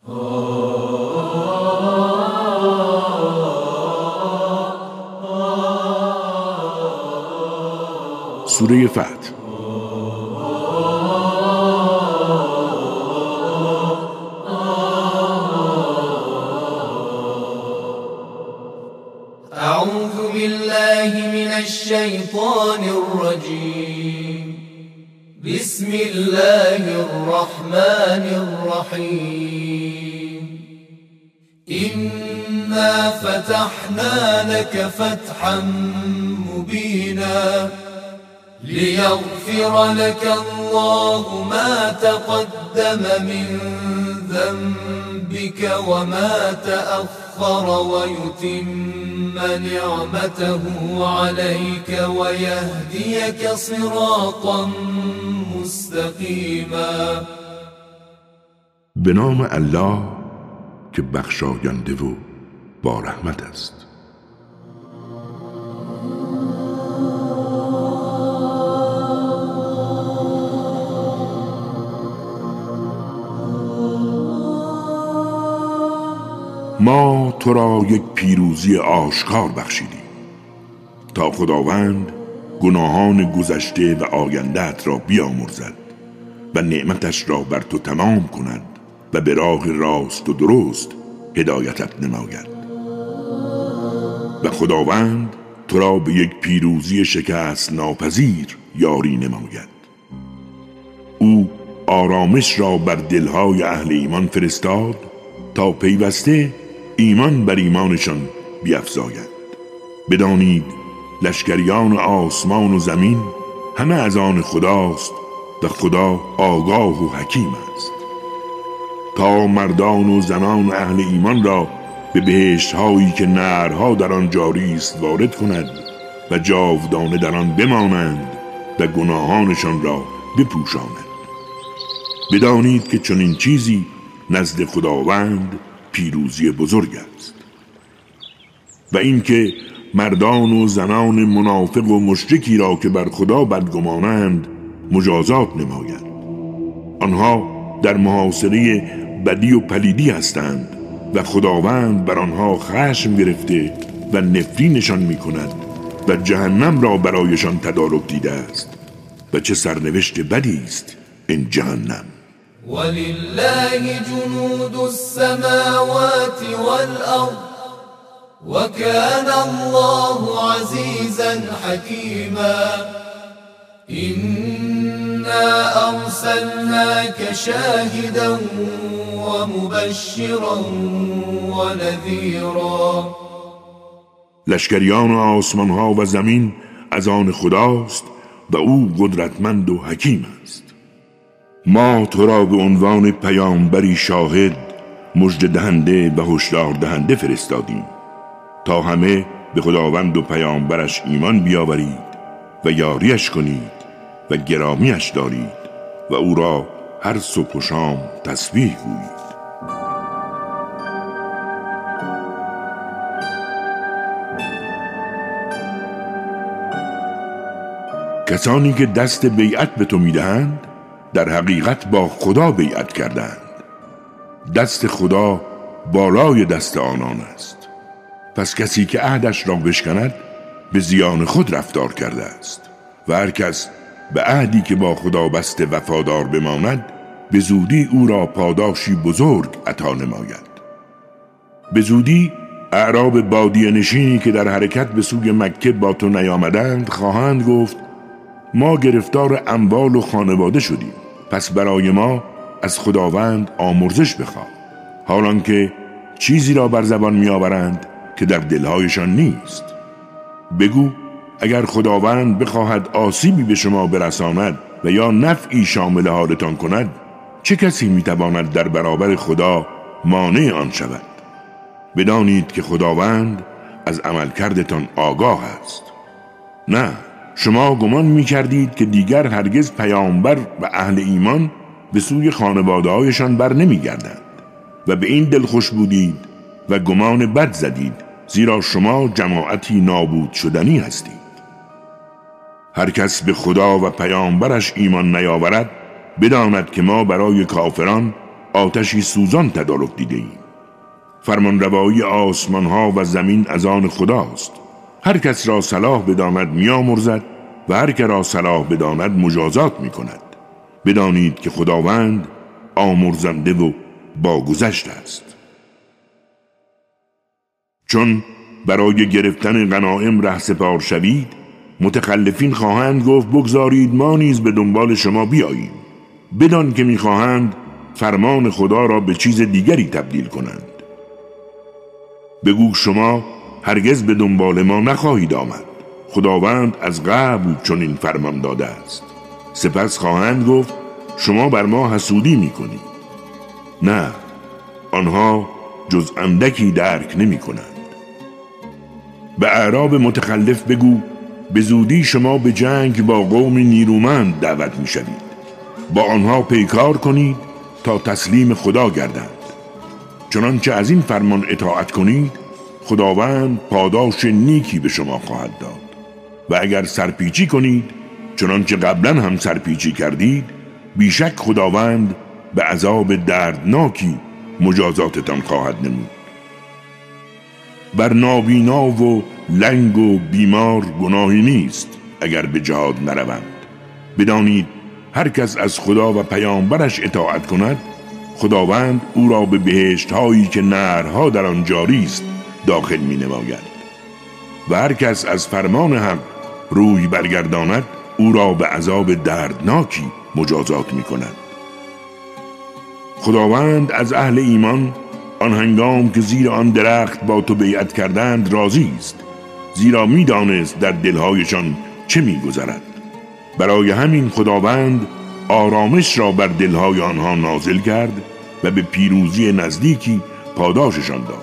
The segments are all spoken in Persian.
سوره فتح. اعوذ بالله من الشیطان الرجیم. بسم الله الرحمن الرحیم. إنا فتحنا لك فتحا مبينا ليغفر لك الله ما تقدم من ذنبك وما تأخر ويتم نعمته عليك ويهديك صراطا مستقيما. به نام الله که بخشاینده و با رحمت است. ما تو را یک پیروزی آشکار بخشیدیم تا خداوند گناهان گذشته و آینده‌ات را بیامرزد و نعمتش را بر تو تمام کند و به راه راست و درست هدایتت نماید. و خداوند تو را به یک پیروزی شکست ناپذیر یاری نماید. او آرامش را بر دلهای اهل ایمان فرستاد تا پیوسته ایمان بر ایمانشان بیفزاید. بدانید لشکریان آسمان و زمین همه از آن خداست و خدا آگاه و حکیم است. تا مردان و زنان اهل ایمان را به بهشت هایی که نهرها در آن جاری است وارد کند و جاودانه در آن بمانند و گناهانشان را بپوشاند. بدانید که چنین چیزی نزد خداوند پیروزی بزرگ است. و اینکه مردان و زنان منافق و مشرکی را که بر خدا بدگمانند مجازات نماید. آنها در محاصره بدی و پلیدی هستند و خداوند بر آنها خشم گرفته و نفرینشان می کند و جهنم را برایشان تدارک دیده است و چه سرنوشت بدی است این جهنم. ولله جنود السماوات والأرض وكان الله عزيزا حكيما. إنا أرسلناك شاهدا ومبشرا ونذيرا. لشکریان آسمان ها و زمین از آن خداست و او قدرتمند و حکیم است. ما تو را به عنوان پیامبری شاهد، مژده دهنده و هشدار دهنده فرستادیم تا همه به خداوند و پیامبرش ایمان بیاورید و یاریش کنید و گرامیش دارید و او را هر صبح و شام تسبیح گویید. کسانی که دست بیعت به تو میدهند در حقیقت با خدا بیعت کردند. دست خدا بالای دست آنان است. پس کسی که عهدش را بشکند به زیان خود رفتار کرده است و هر کس به عهدی که با خدا بسته وفادار بماند به زودی او را پاداشی بزرگ عطا نماید. به زودی اعراب بادیه نشینی که در حرکت به سوی مکه با تو نیامدند خواهند گفت ما گرفتار اموال و خانواده شدیم، پس برای ما از خداوند آمرزش بخواه. حالان که چیزی را بر زبان می آورند که در دلهایشان نیست. بگو اگر خداوند بخواهد آسیبی به شما برساند و یا نفعی شامل حالتان کند، چه کسی می تواند در برابر خدا مانع آن شود؟ بدانید که خداوند از عملکردتان آگاه است. نه، شما گمان می کردید که دیگر هرگز پیامبر و اهل ایمان به سوی خانواده هایشان بر نمی گردند و به این دل خوش بودید و گمان بد زدید، زیرا شما جماعتی نابود شدنی هستید. هر کس به خدا و پیامبرش ایمان نیاورد بداند که ما برای کافران آتشی سوزان تدارک دیده ایم. فرمانروایی آسمان ها و زمین از آن خداست. هر کس را صلاح بداند میامرزد و هر که را صلاح بداند مجازات میکند. بدانید که خداوند آمرزنده و باگذشت است. چون برای گرفتن غنایم رهسپار شوید، متخلفین خواهند گفت بگذارید ما نیز به دنبال شما بیاییم. بدان که میخواهند فرمان خدا را به چیز دیگری تبدیل کنند. بگو شما هرگز به دنبال ما نخواهید آمد. خداوند از قبل چنین فرمان داده است. سپس خواهند گفت شما بر ما حسودی میکنید. نه، آنها جز اندکی درک نمی کنند. به اعراب متخلف بگو به زودی شما به جنگ با قوم نیرومند دعوت می شوید. با آنها پیکار کنید تا تسلیم خدا گردند. چنانچه از این فرمان اطاعت کنید، خداوند پاداش نیکی به شما خواهد داد. و اگر سرپیچی کنید چنانچه قبلا هم سرپیچی کردید، بیشک خداوند به عذاب دردناکی مجازاتتان خواهد نمود. بر نابینا و لنگ و بیمار گناهی نیست اگر به جهاد نروند. بدانید هر کس از خدا و پیامبرش اطاعت کند، خداوند او را به بهشت هایی که نهرها در آن جاری است داخل می نماید. و هر کس از فرمان حق روی برگرداند، او را به عذاب دردناکی مجازات می کند. خداوند از اهل ایمان آن هنگام که زیر آن درخت با تو بیعت کردند راضی است، زیرا می دانست در دلهایشان چه می گذرد. برای همین خداوند آرامش را بر دلهای آنها نازل کرد و به پیروزی نزدیکی پاداششان داد.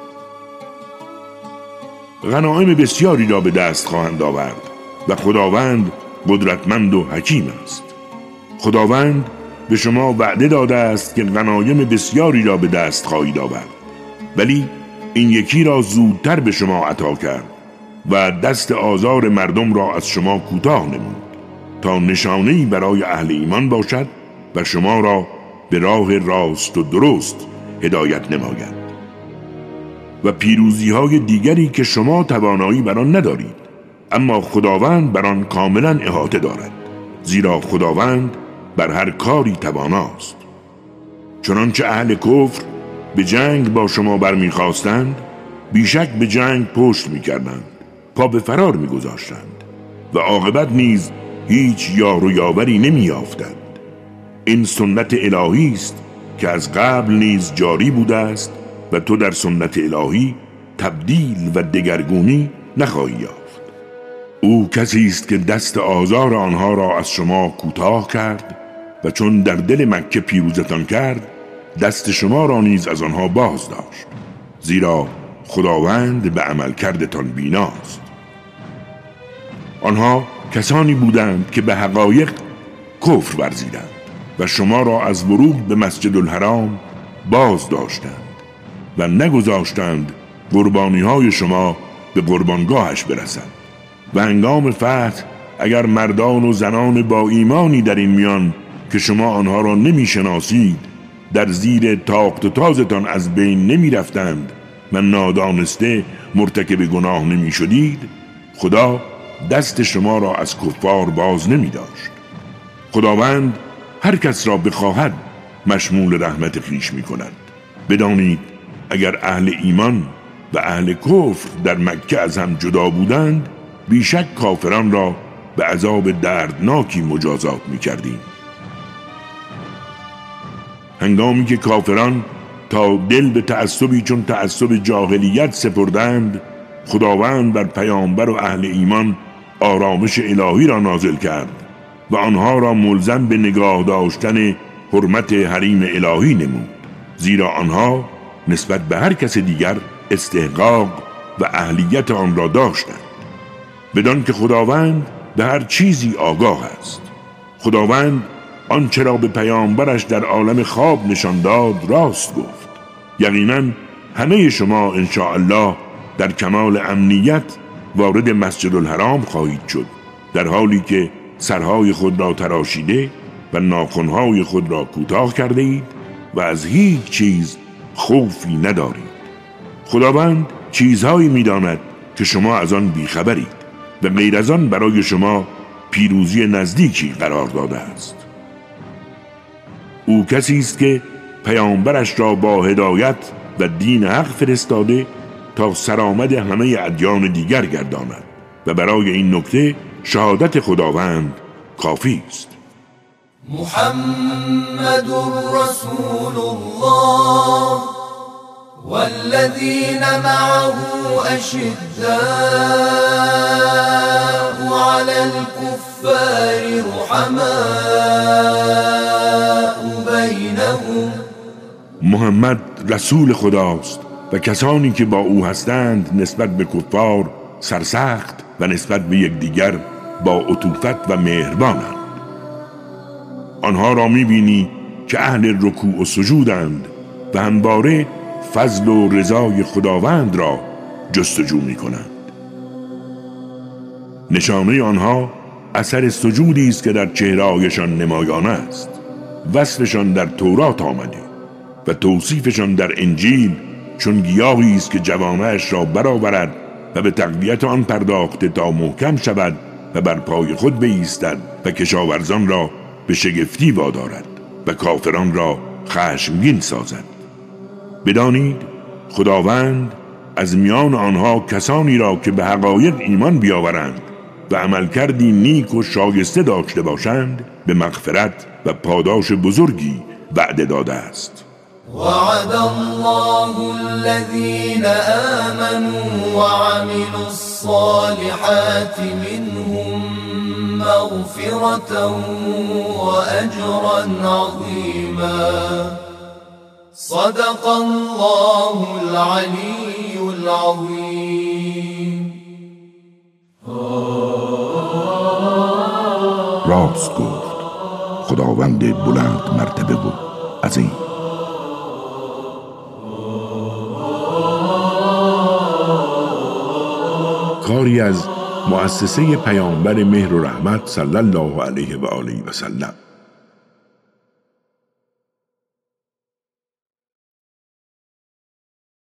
غنایم بسیاری را به دست خواهند آورد و خداوند قدرتمند و حکیم است. خداوند به شما وعده داده است که غنایم بسیاری را به دست خواهید آورد، ولی این یکی را زودتر به شما عطا کرد و دست آزار مردم را از شما کوتاه نمود تا نشانه‌ای برای اهل ایمان باشد و شما را به راه راست و درست هدایت نماید. و پیروزی های دیگری که شما توانایی بر آن ندارید، اما خداوند بر آن کاملا احاطه دارد، زیرا خداوند بر هر کاری تواناست. چنانچه اهل کفر به جنگ با شما برمیخواستند، بیشک به جنگ پشت میکردند، پا به فرار میگذاشتند و عاقبت نیز هیچ یار و یاوری نمیافتند. این سنت الهی است که از قبل نیز جاری بوده است و تو در سنت الهی تبدیل و دگرگونی نخواهی یافت. او کسی است که دست آزار آنها را از شما کوتاه کرد و چون در دل مکه پیروزتان کرد، دست شما را نیز از آنها باز داشت، زیرا خداوند به عمل کردتان بیناست. آنها کسانی بودند که به حقایق کفر ورزیدند و شما را از ورود به مسجد الحرام باز داشتند و نگذاشتند قربانی های شما به قربانگاهش برسند. و هنگام فتح اگر مردان و زنان با ایمانی در این میان که شما آنها را نمیشناسید در زیر تاخت و تازتان از بین نمی رفتند و نادانسته مرتکب گناه نمی شدید، خدا دست شما را از کفار باز نمی داشت. خداوند هر کس را بخواهد مشمول رحمت خویش می کند. بدانید اگر اهل ایمان و اهل کفر در مکه از هم جدا بودند، بیشک کافران را به عذاب دردناکی مجازات می کردیم. هنگامی که کافران تا دل به تعصبی چون تعصب جاهلیت سپردند، خداوند بر پیامبر و اهل ایمان آرامش الهی را نازل کرد و آنها را ملزم به نگاه داشتن حرمت حریم الهی نمود، زیرا آنها نسبت به هر کس دیگر استحقاق و اهلیت آن را داشتند. بدان که خداوند به هر چیزی آگاه است. خداوند آنچه را به پیامبرش در عالم خواب نشان داد راست گفت. یقینا همه شما انشاءالله در کمال امنیت وارد مسجد الحرام خواهید شد، در حالی که سرهای خود را تراشیده و ناخنهای خود را کوتاه کرده اید و از هیچ چیز خوفی ندارید. خداوند چیزهایی می‌داند که شما از آن بیخبرید و غیر از آن برای شما پیروزی نزدیکی قرار داده است. او کسی است که پیامبرش را با هدایت و دین حق فرستاده تا سرآمد همه ادیان دیگر گرداند و برای این نکته شهادت خداوند کافی است. محمد رسول الله والذين معه أشداء على الكفار رحماء بينهم. محمد رسول خداست و کسانی که با او هستند نسبت به کفار سرسخت و نسبت به یکدیگر با عطوفت و مهربانند. آنها را می‌بینی که اهل رکوع و سجودند و همواره فضل و رضای خداوند را جستجو می‌کنند. نشانه آنها اثر سجودی است که در چهره‌هایشان نمایان است. وصفشان در تورات آمده و توصیفشان در انجیل چون گیاهی است که جوانه‌اش را برآورد و به تقویت آن پرداخته تا محکم شود و بر پای خود بایستد و کشاورزان را به شگفتی وادارد و کافران را خشمگین سازد. بدانید خداوند از میان آنها کسانی را که به حقایق ایمان بیاورند و عملکردی نیک و شایسته داشته باشند به مغفرت و پاداش بزرگی وعده داده است. وعد الله الذين آمنوا وعملوا الصالحات منهم مغفرة وأجرا عظيما. صدق الله العلي العظيم. راست گفت خداوند بلند مرتبه و عظیم. کاری از مؤسسه پیامبر مهر و رحمت صلی الله علیه و آله و سلم.